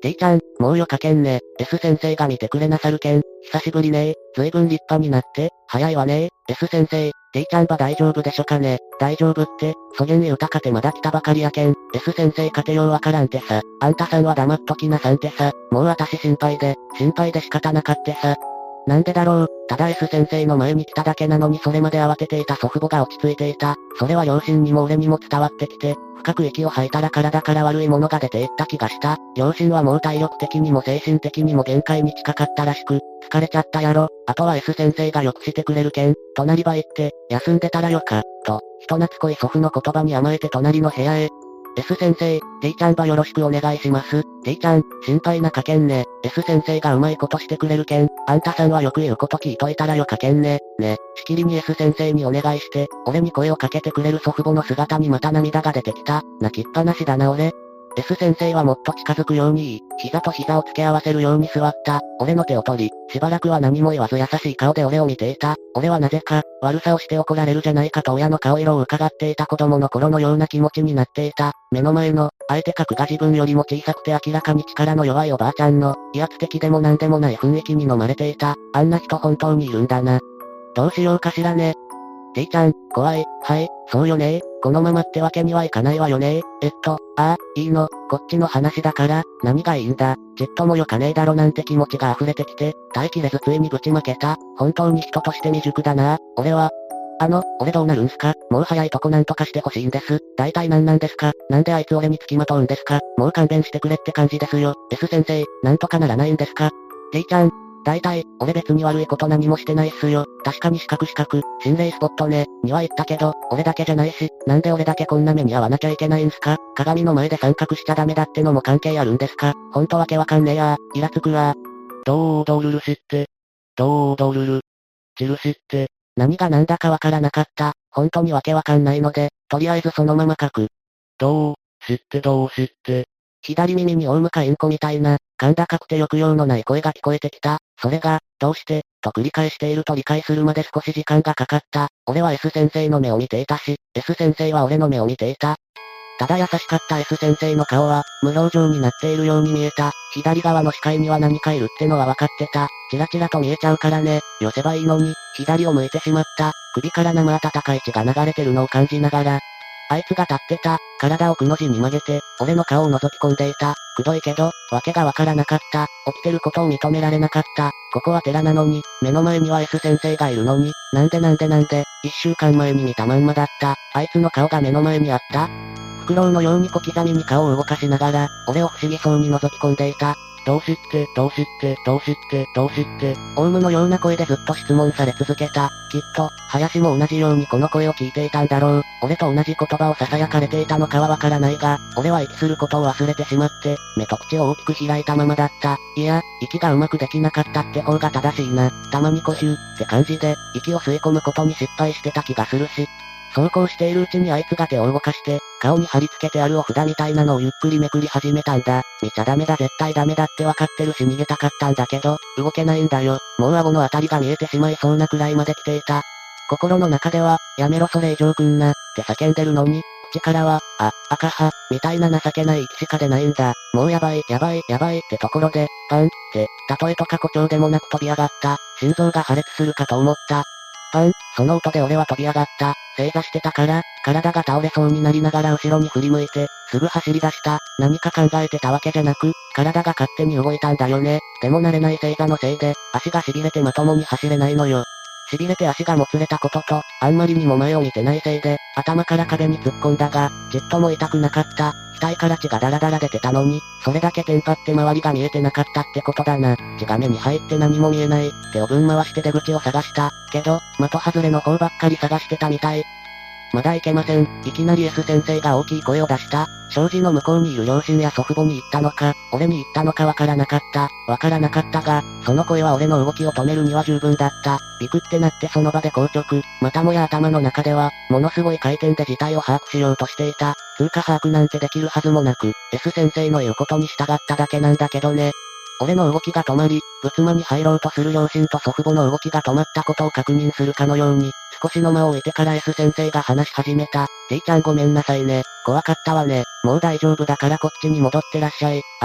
Speaker 2: T ちゃん、もうよかけんね。S 先生が見てくれなさるけん。久しぶりね。ずいぶん立派になって、早いわね。S 先生、T ちゃんば大丈夫でしょかね。大丈夫って、そげん言うたかてまだ来たばかりやけん。S 先生かてようわからんてさ。あんたさんは黙っときなさんてさ。もう私心配で仕方なかってさ。なんでだろう、ただ S 先生の前に来ただけなのにそれまで慌てていた祖父母が落ち着いていた。それは両親にも俺にも伝わってきて、深く息を吐いたら体から悪いものが出ていった気がした。両親はもう体力的にも精神的にも限界に近かったらしく、疲れちゃったやろ。あとは S 先生がよくしてくれるけん、隣場行って、休んでたらよか、と、人懐っこい祖父の言葉に甘えて隣の部屋へ。S 先生、T ちゃんばよろしくお願いします。T ちゃん、心配なかけんね。S 先生がうまいことしてくれるけん。あんたさんはよく言うこと聞いといたらよかけんね。ね、しきりに S 先生にお願いして、俺に声をかけてくれる祖父母の姿にまた涙が出てきた。泣きっぱなしだな俺。S 先生はもっと近づくように膝と膝を付け合わせるように座った。俺の手を取り、しばらくは何も言わず優しい顔で俺を見ていた。俺はなぜか、悪さをして怒られるじゃないかと親の顔色を伺っていた子供の頃のような気持ちになっていた。目の前の、相手格が自分よりも小さくて明らかに力の弱いおばあちゃんの、威圧的でも何でもない雰囲気に飲まれていた。あんな人本当にいるんだな。どうしようかしらね。T ちゃん、怖い、はい、そうよねこのままってわけにはいかないわよねいいの、こっちの話だから、何がいいんだ、ちっともよかねえだろなんて気持ちが溢れてきて、耐えきれずついにぶちまけた。本当に人として未熟だな。俺は、俺どうなるんすかもう早いとこなんとかしてほしいんです。大体何なんですかなんであいつ俺に付きまとうんですかもう勘弁してくれって感じですよ。S 先生、なんとかならないんですか ?T ちゃん、大体、俺別に悪いこと何もしてないっすよ。確かに資格、心霊スポットね、には行ったけど、俺だけじゃないし、なんで俺だけこんな目に遭わなきゃいけないんすか鏡の前で三角しちゃダメだってのも関係あるんですかほんとわけわかんねえやイラつくわどうドルルしって。どうドルル。チルしって。何がなんだかわからなかった。本当にわけわかんないので、とりあえずそのまま書く。どうしって。左耳に大向かインコみたいな、甲高くて抑揚のない声が聞こえてきた。それが、どうして、と繰り返していると理解するまで少し時間がかかった。俺は S 先生の目を見ていたし、S 先生は俺の目を見ていた。ただ優しかった S 先生の顔は、無表情になっているように見えた。左側の視界には何かいるってのは分かってた。チラチラと見えちゃうからね。寄せばいいのに、左を向いてしまった。首から生温かい血が流れてるのを感じながら、あいつが立ってた、体をくの字に曲げて、俺の顔を覗き込んでいた。くどいけど、わけがわからなかった。起きてることを認められなかった。ここは寺なのに、目の前には S 先生がいるのに、なんで、1週間前に見たまんまだった。あいつの顔が目の前にあった。フクロウのように小刻みに顔を動かしながら、俺を不思議そうに覗き込んでいた。どうして、オウムのような声でずっと質問され続けた。きっと、林も同じようにこの声を聞いていたんだろう。俺と同じ言葉を囁かれていたのかはわからないが、俺は息することを忘れてしまって、目と口を大きく開いたままだった。いや、息がうまくできなかったって方が正しいな。たまに呼吸、って感じで、息を吸い込むことに失敗してた気がするし。そうこうしているうちにあいつが手を動かして、顔に貼り付けてあるお札みたいなのをゆっくりめくり始めたんだ。見ちゃダメだ絶対ダメだってわかってるし逃げたかったんだけど、動けないんだよ。もう顎のあたりが見えてしまいそうなくらいまで来ていた。心の中では、やめろそれ以上来んな、って叫んでるのに、口からは、赤は、みたいな情けない息しか出ないんだ。もうやばいってところで、パンって、例えとか誇張でもなく飛び上がった。心臓が破裂するかと思った。パン、その音で俺は飛び上がった。正座してたから、体が倒れそうになりながら後ろに振り向いて、すぐ走り出した。何か考えてたわけじゃなく、体が勝手に動いたんだよね。でも慣れない正座のせいで、足が痺れてまともに走れないのよ。痺れて足がもつれたことと、あんまりにも前を見てないせいで、頭から壁に突っ込んだが、ちっとも痛くなかった。額から血がダラダラ出てたのに、それだけテンパって周りが見えてなかったってことだな。血が目に入って何も見えない。手をぶん回して出口を探した。けど、的外れの方ばっかり探してたみたい。まだいけません。いきなり S 先生が大きい声を出した。障子の向こうにいる両親や祖父母に言ったのか、俺に言ったのかわからなかった。が、その声は俺の動きを止めるには十分だった。ビクってなってその場で硬直。またもや頭の中では、ものすごい回転で事態を把握しようとしていた。通過把握なんてできるはずもなく、S 先生の言うことに従っただけなんだけどね。俺の動きが止まり、仏間に入ろうとする両親と祖父母の動きが止まったことを確認するかのように、少しの間を置いてから S 先生が話し始めた。T ちゃんごめんなさいね。怖かったわね。もう大丈夫だからこっちに戻ってらっしゃい。愛さん、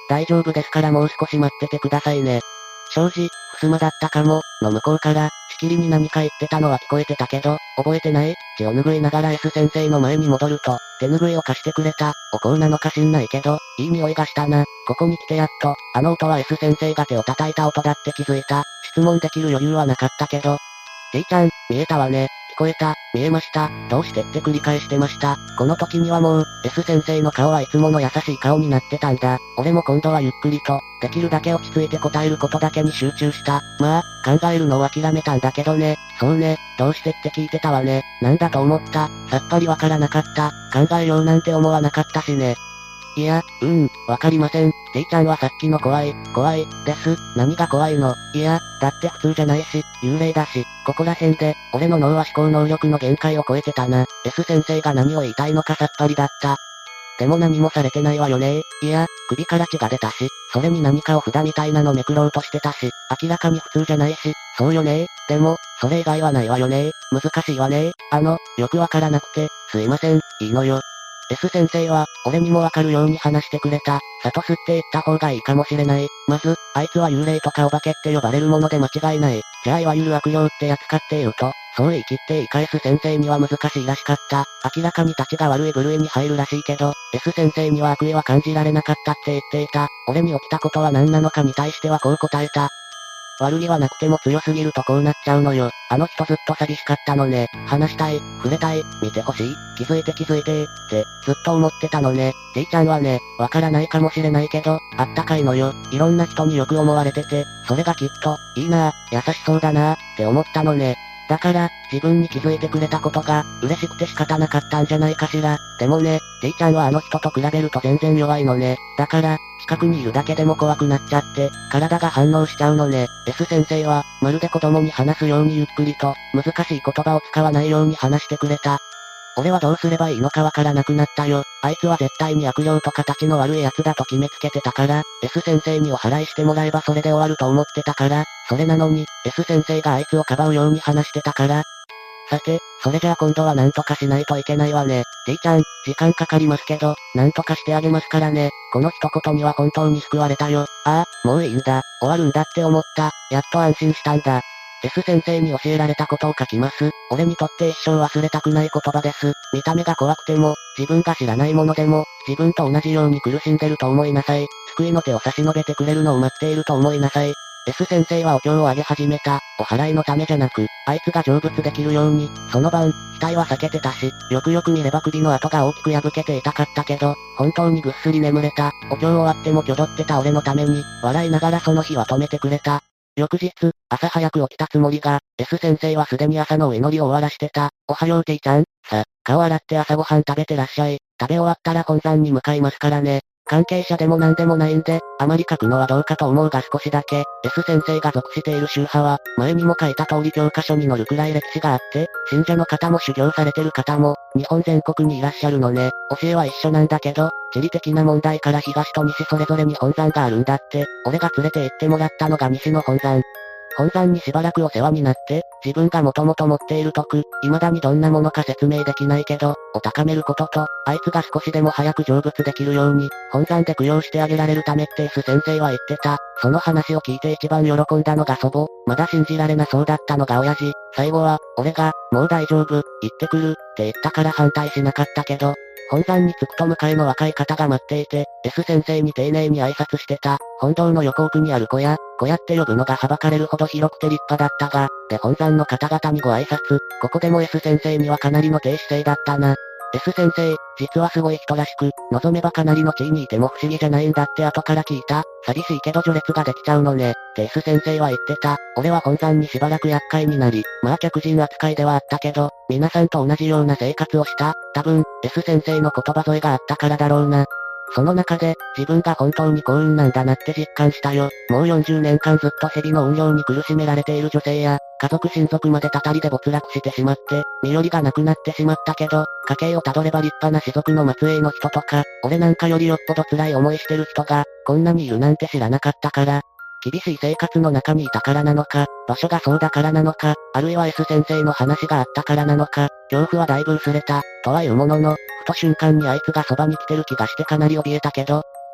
Speaker 2: 大丈夫ですからもう少し待っててくださいね。庄司、襖だったかも、の向こうから、しきりに何か言ってたのは聞こえてたけど、覚えてない？血を拭いながら S 先生の前に戻ると、手拭いを貸してくれた。お香なのか知んないけど、いい匂いがしたな。ここに来てやっと、あの音は S 先生が手を叩いた音だって気づいた。質問できる余裕はなかったけど。T ちゃん、見えたわね。聞こえた、見えました、どうしてって繰り返してました。この時にはもう、S 先生の顔はいつもの優しい顔になってたんだ。俺も今度はゆっくりと、できるだけ落ち着いて答えることだけに集中した。まあ、考えるのを諦めたんだけどね。そうね、どうしてって聞いてたわね。なんだと思った？さっぱりわからなかった。考えようなんて思わなかったしね。いや、わかりません。T ちゃんはさっきの怖い、です。何が怖いの？いや、だって普通じゃないし、幽霊だし、ここら辺で、俺の脳は思考能力の限界を超えてたな。S 先生が何を言いたいのかさっぱりだった。でも何もされてないわよね。いや、首から血が出たし、それに何かを札みたいなのめくろうとしてたし、明らかに普通じゃないし、そうよね。でも、それ以外はないわよね。難しいわね。よくわからなくて、すいません、いいのよ。S 先生は、俺にもわかるように話してくれた。サトスって言った方がいいかもしれない。まず、あいつは幽霊とかお化けって呼ばれるもので間違いない。じゃあいわゆる悪霊ってやつかっていうと、そう言い切って言い返す先生には難しいらしかった。明らかに立ちが悪い部類に入るらしいけど、S 先生には悪意は感じられなかったって言っていた。俺に起きたことは何なのかに対してはこう答えた。悪気はなくても強すぎるとこうなっちゃうのよ。あの人ずっと寂しかったのね。話したい、触れたい、見てほしい、気づいてって、ずっと思ってたのね。T ちゃんはね、わからないかもしれないけど、あったかいのよ。いろんな人によく思われてて、それがきっと、いいなぁ、優しそうだなぁ、って思ったのね。だから、自分に気づいてくれたことが、嬉しくて仕方なかったんじゃないかしら。でもね、T ちゃんはあの人と比べると全然弱いのね。だから、近くにいるだけでも怖くなっちゃって、体が反応しちゃうのね。S 先生は、まるで子供に話すようにゆっくりと、難しい言葉を使わないように話してくれた。俺はどうすればいいのかわからなくなったよ。あいつは絶対に悪霊とかたちの悪い奴だと決めつけてたから、S 先生にお祓いしてもらえばそれで終わると思ってたから、それなのに、S 先生があいつをかばうように話してたから。さて、それじゃあ今度は何とかしないといけないわね。T ちゃん、時間かかりますけど、何とかしてあげますからね。この一言には本当に救われたよ。ああ、もういいんだ、終わるんだって思った。やっと安心したんだ。S 先生に教えられたことを書きます。俺にとって一生忘れたくない言葉です。見た目が怖くても、自分が知らないものでも、自分と同じように苦しんでると思いなさい。救いの手を差し伸べてくれるのを待っていると思いなさい。S 先生はお経をあげ始めた。お祓いのためじゃなく、あいつが成仏できるように、その晩、額は避けてたし、よくよく見れば首の跡が大きく破けて痛かったけど、本当にぐっすり眠れた。お経終わっても挙動ってた俺のために、笑いながらその日は止めてくれた。翌日、朝早く起きたつもりが、S 先生はすでに朝のお祈りを終わらしてた。おはよう T ちゃん。さ、顔洗って朝ごはん食べてらっしゃい。食べ終わったら本山に向かいますからね。関係者でも何でもないんで、あまり書くのはどうかと思うが少しだけ、S 先生が属している宗派は、前にも書いた通り教科書に載るくらい歴史があって、信者の方も修行されてる方も、日本全国にいらっしゃるのね。教えは一緒なんだけど、地理的な問題から東と西それぞれに本山があるんだって、俺が連れて行ってもらったのが西の本山。本山にしばらくお世話になって、自分がもともと持っている徳、未だにどんなものか説明できないけど、を高めることと、あいつが少しでも早く成仏できるように、本山で供養してあげられるためって S 先生は言ってた。その話を聞いて一番喜んだのが祖母、まだ信じられなそうだったのが親父、最後は、俺が、もう大丈夫、行ってくる、って言ったから反対しなかったけど、本山に着くと向かいの若い方が待っていて、S 先生に丁寧に挨拶してた。本堂の横奥にある小屋って呼ぶのがはばかれるほど広くて立派だったが、で本山の方々にご挨拶、ここでも S 先生にはかなりの低姿勢だったな。S 先生、実はすごい人らしく、望めばかなりの地位にいても不思議じゃないんだって後から聞いた。寂しいけど序列ができちゃうのね、って S 先生は言ってた。俺は本山にしばらく厄介になり、まあ客人扱いではあったけど、皆さんと同じような生活をした。多分、S 先生の言葉添えがあったからだろうな。その中で、自分が本当に幸運なんだなって実感したよ。もう40年間ずっと蛇の怨霊に苦しめられている女性や、家族親族までたたりで没落してしまって、身寄りがなくなってしまったけど、家系をたどれば立派な士族の末裔の人とか、俺なんかよりよっぽど辛い思いしてる人が、こんなにいるなんて知らなかったから、厳しい生活の中にいたからなのか、場所がそうだからなのか、あるいは S 先生の話があったからなのか、恐怖はだいぶ薄れた、とはいうものの、ふと瞬間にあいつがそばに来てる気がしてかなり怯えたけど、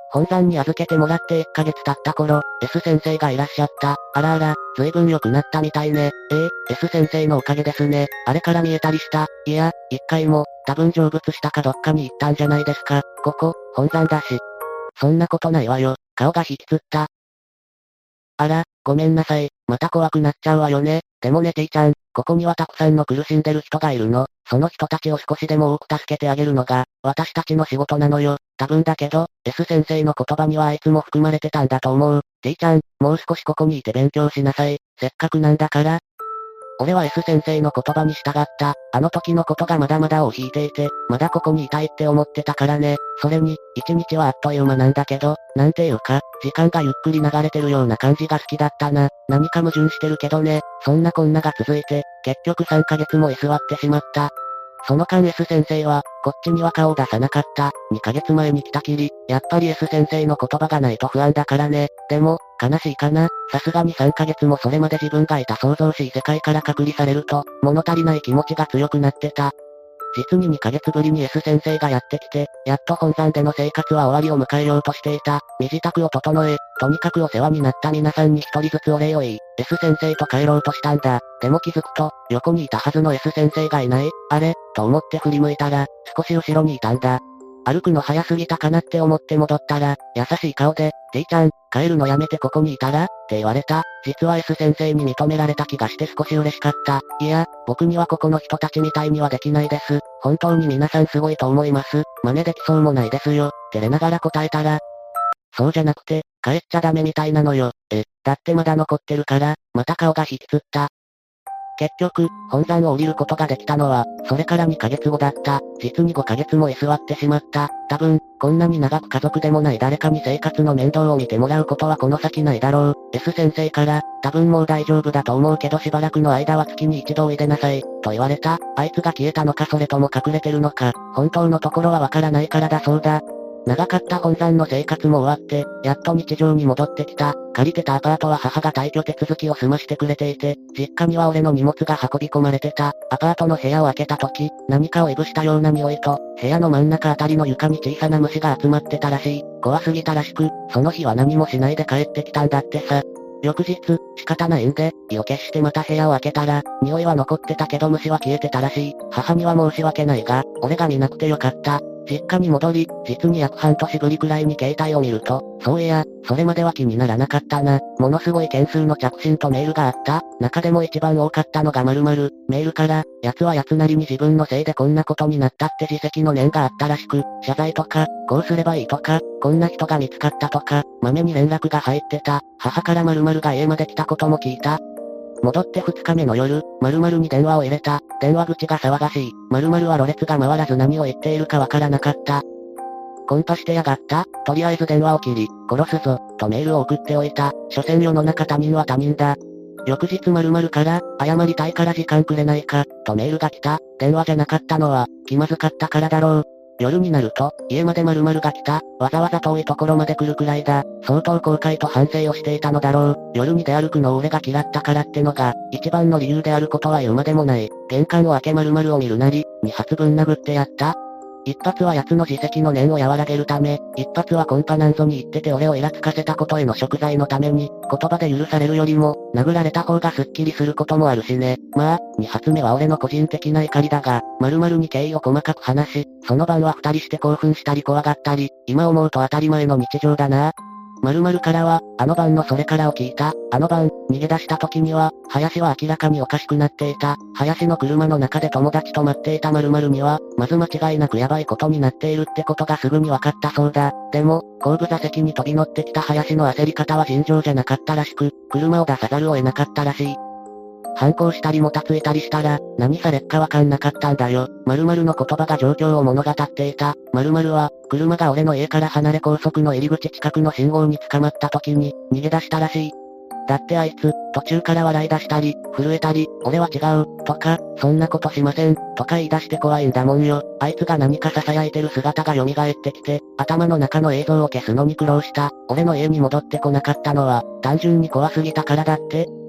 Speaker 2: 本山に預けてもらって1ヶ月経った頃、S 先生がいらっしゃった。あらあら、随分良くなったみたいね。S 先生のおかげですね。あれから見えたりした。いや、一回も、多分成仏したかどっかに行ったんじゃないですか。ここ、本山だし。そんなことないわよ。顔が引きつった。あら、ごめんなさい。また怖くなっちゃうわよね。でもねTちゃん、ここにはたくさんの苦しんでる人がいるの。その人たちを少しでも多く助けてあげるのが、私たちの仕事なのよ。多分だけど、S 先生の言葉にはあいつも含まれてたんだと思う。Tちゃん、もう少しここにいて勉強しなさい。せっかくなんだから。俺は S 先生の言葉に従った。あの時のことがまだまだ尾を引いていて、まだここにいたいって思ってたからね。それに、一日はあっという間なんだけど、なんていうか、時間がゆっくり流れてるような感じが好きだったな。何か矛盾してるけどね。そんなこんなが続いて、結局3ヶ月も居座ってしまった。その間 S 先生は、こっちには顔を出さなかった。2ヶ月前に来たきり、やっぱり S 先生の言葉がないと不安だからね。でも、悲しいかな。さすがに3ヶ月もそれまで自分がいた想像しい世界から隔離されると、物足りない気持ちが強くなってた。実に2ヶ月ぶりに S 先生がやってきて、やっと本山での生活は終わりを迎えようとしていた。身支度を整え、とにかくお世話になった皆さんに一人ずつお礼を言い、S 先生と帰ろうとしたんだ。でも気づくと、横にいたはずの S 先生がいない。あれと思って振り向いたら、少し後ろにいたんだ。歩くの早すぎたかなって思って戻ったら、優しい顔で、T ちゃん、帰るのやめてここにいたらって言われた。実は S 先生に認められた気がして少し嬉しかった。いや、僕にはここの人たちみたいにはできないです。本当に皆さんすごいと思います。真似できそうもないですよ。照れながら答えたら、そうじゃなくて、帰っちゃダメみたいなのよ。だってまだ残ってるから、また顔が引きつった。結局、本山を降りることができたのは、それから2ヶ月後だった。実に5ヶ月も居座ってしまった。多分、こんなに長く家族でもない誰かに生活の面倒を見てもらうことはこの先ないだろう。S 先生から、多分もう大丈夫だと思うけどしばらくの間は月に一度おいでなさい、と言われた。あいつが消えたのかそれとも隠れてるのか、本当のところはわからないからだそうだ。長かった本山の生活も終わって、やっと日常に戻ってきた。借りてたアパートは母が退去手続きを済ましてくれていて、実家には俺の荷物が運び込まれてた。アパートの部屋を開けた時、何かをいぶしたような匂いと、部屋の真ん中あたりの床に小さな虫が集まってたらしい。怖すぎたらしく、その日は何もしないで帰ってきたんだってさ。翌日、仕方ないんで、意を決してまた部屋を開けたら、匂いは残ってたけど虫は消えてたらしい。母には申し訳ないが、俺が見なくてよかった。実家に戻り、実に約半年ぶりくらいに携帯を見ると、そういや、それまでは気にならなかったな。ものすごい件数の着信とメールがあった。中でも一番多かったのが〇〇、メールから、奴は奴なりに自分のせいでこんなことになったって自責の念があったらしく、謝罪とか、こうすればいいとか、こんな人が見つかったとか、まめに連絡が入ってた。母から〇〇が家まで来たことも聞いた。戻って2日目の夜、〇〇に電話を入れた。電話口が騒がしい。〇〇はろれつが回らず何を言っているかわからなかった。コンパしてやがった。とりあえず電話を切り、殺すぞ、とメールを送っておいた。所詮世の中他人は他人だ。翌日〇〇から、謝りたいから時間くれないか、とメールが来た。電話じゃなかったのは、気まずかったからだろう。夜になると、家まで〇〇が来た。わざわざ遠いところまで来るくらいだ。相当後悔と反省をしていたのだろう。夜に出歩くのを俺が嫌ったからってのが、一番の理由であることは言うまでもない。玄関を開け〇〇を見るなり、2発ぶん殴ってやった。一発は奴の自責の念を和らげるため、一発はコンパなんぞに言ってて俺をイラつかせたことへの贖罪のために、言葉で許されるよりも、殴られた方がスッキリすることもあるしね。まあ、二発目は俺の個人的な怒りだが、〇〇に経緯を細かく話し、その晩は二人して興奮したり怖がったり、今思うと当たり前の日常だな。〇〇からは、あの晩のそれからを聞いた。あの晩、逃げ出した時には、林は明らかにおかしくなっていた。林の車の中で友達と待っていた〇〇には、まず間違いなくヤバいことになっているってことがすぐに分かったそうだ。でも、後部座席に飛び乗ってきた林の焦り方は尋常じゃなかったらしく、車を出さざるを得なかったらしい。反抗したりもたついたりしたら、何されっかわかんなかったんだよ。〇〇の言葉が状況を物語っていた。〇〇は、車が俺の家から離れ高速の入り口近くの信号に捕まった時に、逃げ出したらしい。だってあいつ、途中から笑い出したり、震えたり、俺は違う、とか、そんなことしません、とか言い出して怖いんだもんよ。あいつが何か囁いてる姿が蘇ってきて、頭の中の映像を消すのに苦労した。俺の家に戻ってこなかったのは、単純に怖すぎたからだって。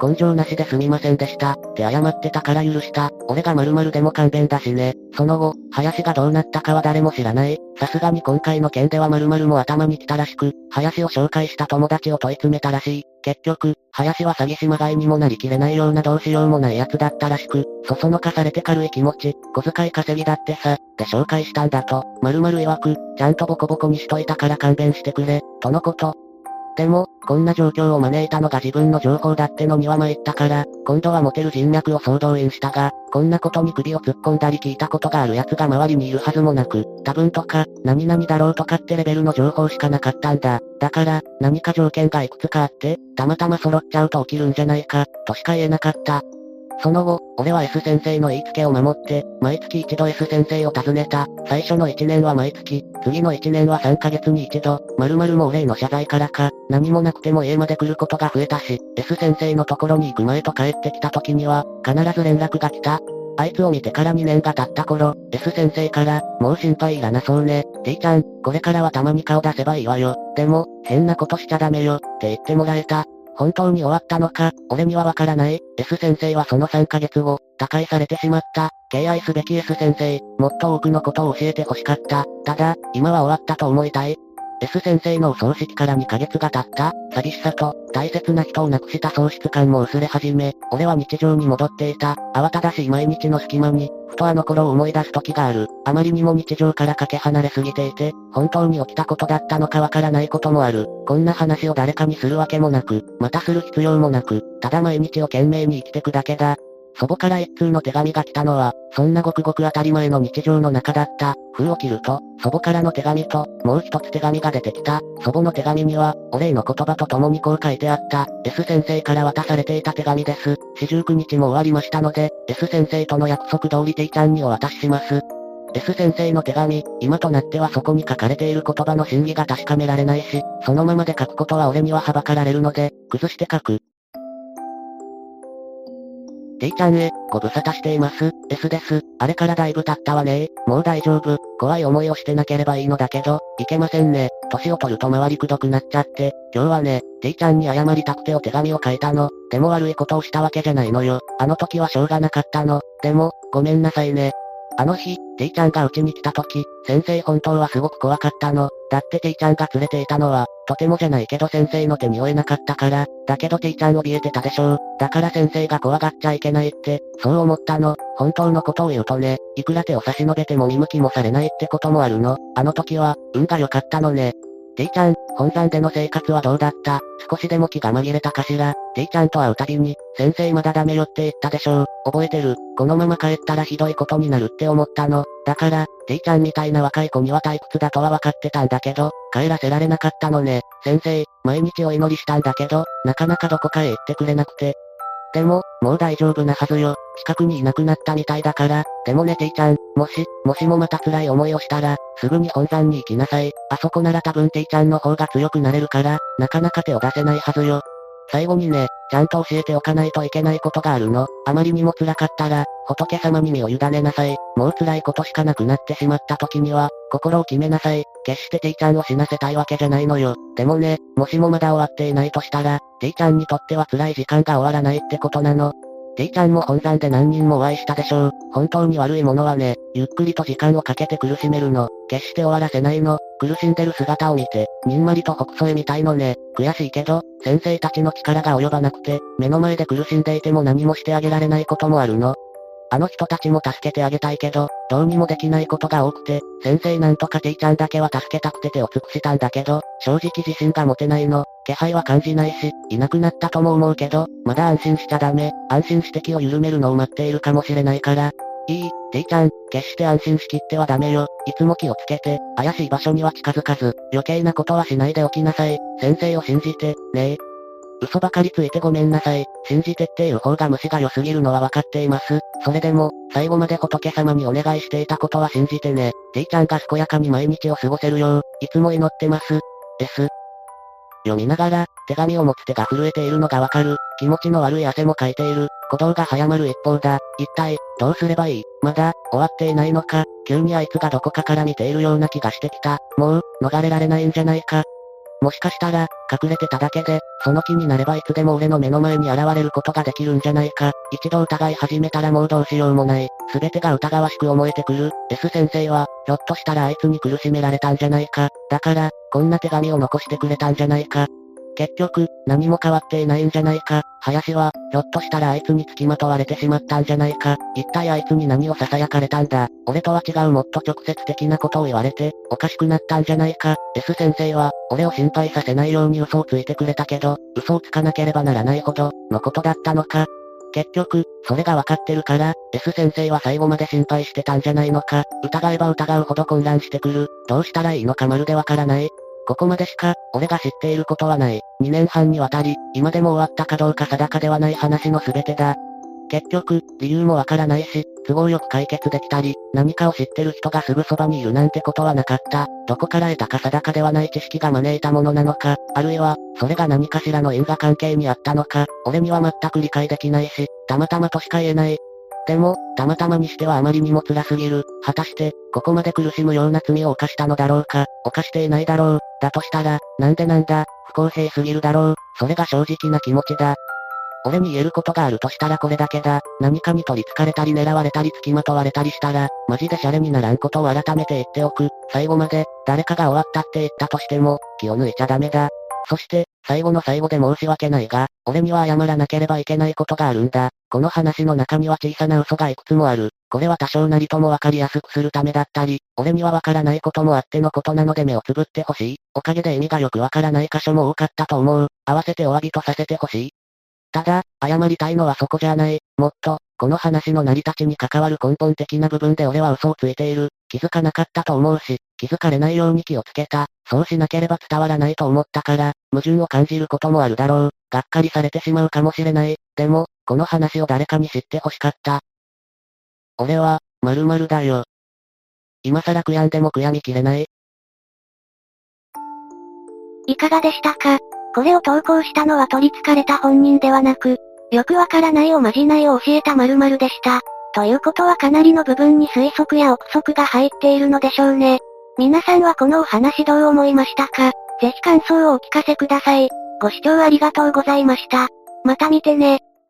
Speaker 2: 根性なしですみませんでした。って謝ってたから許した。俺が〇〇でも勘弁だしね。その後、林がどうなったかは誰も知らない。さすがに今回の件では〇〇も頭に来たらしく、林を紹介した友達を問い詰めたらしい。結局、林は詐欺師まがいにもなりきれないようなどうしようもない奴だったらしく、そそのかされて軽い気持ち、小遣い稼ぎだってさ、で紹介したんだと、〇〇曰く、ちゃんとボコボコにしといたから勘弁してくれ、とのこと。でも、こんな状況を招いたのが自分の情報だってのには参ったから、今度はモテる人脈を総動員したが、こんなことに首を突っ込んだり聞いたことがある奴が周りにいるはずもなく、多分とか、何々だろうとかってレベルの情報しかなかったんだ。だから、何か条件がいくつかあって、たまたま揃っちゃうと起きるんじゃないか、としか言えなかった。その後、俺は S 先生の言いつけを守って、毎月一度 S 先生を訪ねた。最初の1年は毎月、次の1年は3ヶ月に一度、〇〇もお礼の謝罪からか、何もなくても家まで来ることが増えたし、S 先生のところに行く前と帰ってきた時には、必ず連絡が来た。あいつを見てから2年が経った頃、S 先生から、もう心配いらなそうね。T ちゃん、これからはたまに顔出せばいいわよ。でも、変なことしちゃダメよ、って言ってもらえた。本当に終わったのか、俺にはわからない。S 先生はその3ヶ月後、他界されてしまった。敬愛すべき S 先生、もっと多くのことを教えて欲しかった。ただ、今は終わったと思いたい。S 先生のお葬式から2ヶ月が経った、寂しさと、大切な人を亡くした喪失感も薄れ始め、俺は日常に戻っていた。慌ただしい毎日の隙間に、ふとあの頃を思い出す時がある。あまりにも日常からかけ離れすぎていて、本当に起きたことだったのかわからないこともある。こんな話を誰かにするわけもなく、またする必要もなく、ただ毎日を懸命に生きてくだけだ。祖母から一通の手紙が来たのは、そんなごくごく当たり前の日常の中だった。封を切ると、祖母からの手紙と、もう一つ手紙が出てきた。祖母の手紙には、お礼の言葉と共にこう書いてあった。S 先生から渡されていた手紙です。49日も終わりましたので、S 先生との約束通り T ちゃんにお渡しします。S 先生の手紙、今となってはそこに書かれている言葉の真偽が確かめられないし、そのままで書くことは俺にははばかられるので、崩して書く。T ちゃんへ、ご無沙汰しています。S です。あれからだいぶ経ったわね。もう大丈夫。怖い思いをしてなければいいのだけど、いけませんね。年を取ると周りくどくなっちゃって、今日はね、T ちゃんに謝りたくてお手紙を書いたの。でも悪いことをしたわけじゃないのよ。あの時はしょうがなかったの。でも、ごめんなさいね。あの日、T ちゃんが家に来た時、先生本当はすごく怖かったの。だって T ちゃんが連れていたのは、とてもじゃないけど先生の手に負えなかったから、だけど T ちゃん怯えてたでしょう。だから先生が怖がっちゃいけないって、そう思ったの。本当のことを言うとね、いくら手を差し伸べても見向きもされないってこともあるの。あの時は、運が良かったのね。T ちゃん、本山での生活はどうだった？少しでも気が紛れたかしら？ T ちゃんと会うたびに、先生まだダメよって言ったでしょう。覚えてる？このまま帰ったらひどいことになるって思ったの。だから、T ちゃんみたいな若い子には退屈だとは分かってたんだけど、帰らせられなかったのね。先生、毎日お祈りしたんだけど、なかなかどこかへ行ってくれなくて。でも、もう大丈夫なはずよ。近くにいなくなったみたいだから。でもね T ちゃん、もしもまた辛い思いをしたら、すぐに本山に行きなさい。あそこなら多分 T ちゃんの方が強くなれるから、なかなか手を出せないはずよ。最後にね、ちゃんと教えておかないといけないことがあるの。あまりにも辛かったら、仏様に身を委ねなさい。もう辛いことしかなくなってしまった時には、心を決めなさい。決して T ちゃんを死なせたいわけじゃないのよ。でもね、もしもまだ終わっていないとしたら、T ちゃんにとっては辛い時間が終わらないってことなの。T ちゃんも本山で何人もお会いしたでしょう。本当に悪いものはね、ゆっくりと時間をかけて苦しめるの。決して終わらせないの。苦しんでる姿を見て、にんまりとほくそ笑みたいのね。悔しいけど、先生たちの力が及ばなくて、目の前で苦しんでいても何もしてあげられないこともあるの。あの人たちも助けてあげたいけど、どうにもできないことが多くて、先生なんとか T ちゃんだけは助けたくて手を尽くしたんだけど、正直自信が持てないの。気配は感じないし、いなくなったとも思うけど、まだ安心しちゃダメ。安心して気を緩めるのを待っているかもしれないから。T ちゃん、決して安心しきってはダメよ。いつも気をつけて、怪しい場所には近づかず、余計なことはしないでおきなさい。先生を信じて、ねえ。嘘ばかりついてごめんなさい。信じてっていう方が虫が良すぎるのは分かっています。それでも、最後まで仏様にお願いしていたことは信じてね。T ちゃんが健やかに毎日を過ごせるよう、いつも祈ってます。S。読みながら、手紙を持つ手が震えているのがわかる。気持ちの悪い汗もかいている。鼓動が早まる一方だ。一体、どうすればいい？まだ、終わっていないのか？急にあいつがどこかから見ているような気がしてきた。もう、逃れられないんじゃないか。もしかしたら、隠れてただけで、 その気になればいつでも俺の目の前に現れることができるんじゃないか。一度疑い始めたらもうどうしようもない。すべてが疑わしく思えてくる。S 先生は、ひょっとしたらあいつに苦しめられたんじゃないか。だから、こんな手紙を残してくれたんじゃないか。結局、何も変わっていないんじゃないか。林は、ひょっとしたらあいつに付きまとわれてしまったんじゃないか。一体あいつに何を囁かれたんだ。俺とは違うもっと直接的なことを言われて、おかしくなったんじゃないか。S 先生は、俺を心配させないように嘘をついてくれたけど、嘘をつかなければならないほど、のことだったのか。結局、それがわかってるから、S 先生は最後まで心配してたんじゃないのか。疑えば疑うほど混乱してくる。どうしたらいいのかまるでわからない。ここまでしか、俺が知っていることはない。2年半にわたり、今でも終わったかどうか定かではない話の全てだ。結局、理由もわからないし、都合よく解決できたり、何かを知ってる人がすぐそばにいるなんてことはなかった。どこから得たか定かではない知識が招いたものなのか、あるいは、それが何かしらの因果関係にあったのか、俺には全く理解できないし、たまたまとしか言えない。でも、たまたまにしてはあまりにも辛すぎる。果たして、ここまで苦しむような罪を犯したのだろうか、犯していないだろう。だとしたら、なんでなんだ、不公平すぎるだろう。それが正直な気持ちだ。俺に言えることがあるとしたらこれだけだ。何かに取り憑かれたり狙われたり付きまとわれたりしたら、マジでシャレにならんことを改めて言っておく。最後まで、誰かが終わったって言ったとしても、気を抜いちゃダメだ。そして、最後の最後で申し訳ないが、俺には謝らなければいけないことがあるんだ。この話の中には小さな嘘がいくつもある。これは多少なりともわかりやすくするためだったり、俺にはわからないこともあってのことなので目をつぶってほしい。おかげで意味がよくわからない箇所も多かったと思う。合わせてお詫びとさせてほしい。ただ、謝りたいのはそこじゃない。もっと、この話の成り立ちに関わる根本的な部分で俺は嘘をついている。気づかなかったと思うし、気づかれないように気をつけた。そうしなければ伝わらないと思ったから、矛盾を感じることもあるだろう。がっかりされてしまうかもしれない。でも、この話を誰かに知って欲しかった。俺は、〇〇だよ。今更悔やんでも悔やみきれない。
Speaker 1: いかがでしたか？これを投稿したのは取り憑かれた本人ではなく、よくわからないおまじないを教えた〇〇でした。ということはかなりの部分に推測や憶測が入っているのでしょうね。皆さんはこのお話どう思いましたか？ぜひ感想をお聞かせください。ご視聴ありがとうございました。また見てね。